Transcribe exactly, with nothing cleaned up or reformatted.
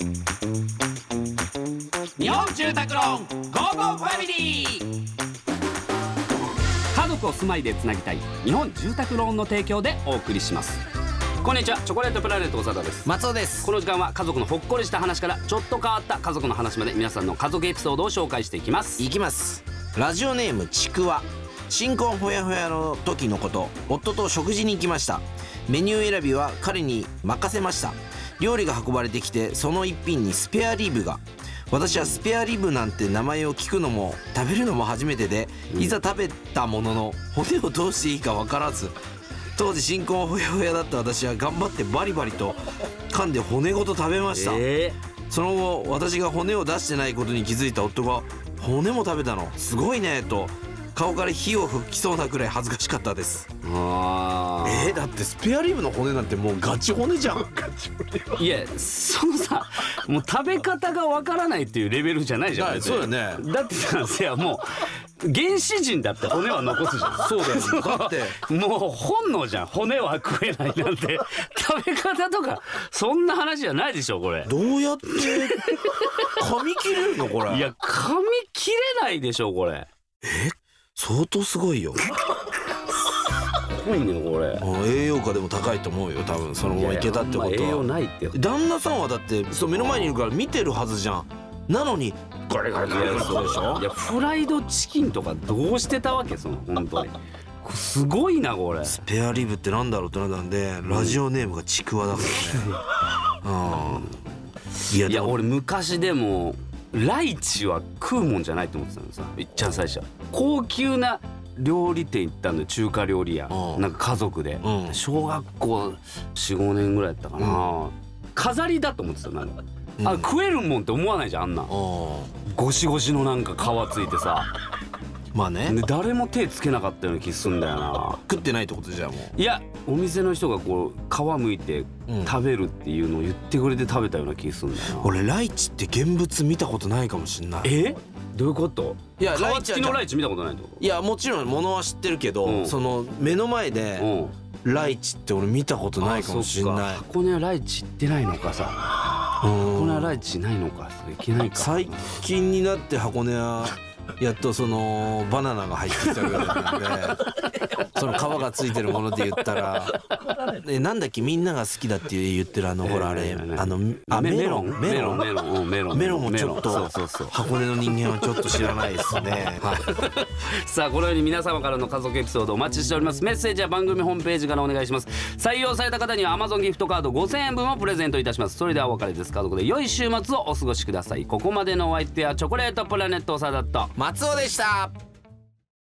日本住宅ローンゴーゴーファミリー。家族を住まいでつなぎたい日本住宅ローンの提供でお送りします。こんにちは、チョコレートプラネット長田です。 松尾です。 この時間は家族のほっこりした話からちょっと変わった家族の話まで皆さんの家族エピソードを紹介していきますいきますラジオネームちくわ。新婚ほやほやの時のこと、夫と食事に行きました。メニュー選びは彼に任せました。料理が運ばれてきて、その一品にスペアリブが。私はスペアリブなんて名前を聞くのも食べるのも初めてで、いざ食べたものの骨をどうしていいか分からず、当時新婚ほやほやだった私は頑張ってバリバリと噛んで骨ごと食べました、えー、その後私が骨を出してないことに気づいた夫が、骨も食べたのすごいねと顔から火を吹きそうなくらい恥ずかしかったです。あえー、だってスペアリブの骨なんてもうガチ骨じゃんいや、そのさ、もう食べ方がわからないっていうレベルじゃないじゃん。 そうだね。 だってさ、いやもう原始人だって骨は残すじゃん。 そうだよ、ね、だってもう本能じゃん。骨は食えないなんて食べ方とかそんな話じゃないでしょこれ。 どうやって噛み切れるのこれ。 いや、噛み切れないでしょこれ。 え相当すごいよすごいねこれ。 栄養価でも高いと思うよ多分。そのままいけたってことは。 いやいや、栄養ないって。 旦那さんはだってそう目の前にいるから見てるはずじゃん。なのにガリガリガリガリそうでしょ。 いや、フライドチキンとかどうしてたわけその本当にすごいなこれ。 スペアリブってなんだろうってなったんで、ラジオネームがちくわだからね、うん、いや、 いや俺昔でもライチは食うもんじゃないと思ってたのさ。いっちゃん最初高級な料理店行ったんだよ、中華料理屋、うん、なんか家族で、うん、小学校 よん,ご 年ぐらいやったかな、うん、飾りだと思ってたなんか、うん、あ食えるもんって思わないじゃんあんな、うん、ゴシゴシのなんか皮ついてさまあね、 で誰も手つけなかったような気すんだよな。 食ってないってことじゃんもう。 いや、お店の人がこう皮むいて食べるっていうのを言ってくれて食べたような気すんだよな。 俺ライチって現物見たことないかもしんない。 えどういうこと？ いや、 皮付きのライチ見たことないってこと？ いや、もちろん物は知ってるけど、うん、その目の前でライチって俺見たことないかもしんない。 箱根はライチ行ってないのかさ。箱根はライチないのか、それいけないか。 最近になって箱根はやっとそのバナナが入ってきたぐらいなんでその皮がついてるもので言ったらえなんだっけ、みんなが好きだって言ってるあの、えー、ほらあれ、えー、あのあメロンメロンメロンメロンメロンもちょっと箱根の人間はちょっと知らないですね、はい、 さあこのように皆様からの家族エピソードお待ちしております。メッセージは番組ホームページからお願いします。採用された方には Amazon ギフトカードごせんえんぶんをプレゼントいたします。それではお別れです。家族で良い週末をお過ごしください。ここまでのお相手はチョコレートプラネット長田と松尾でした。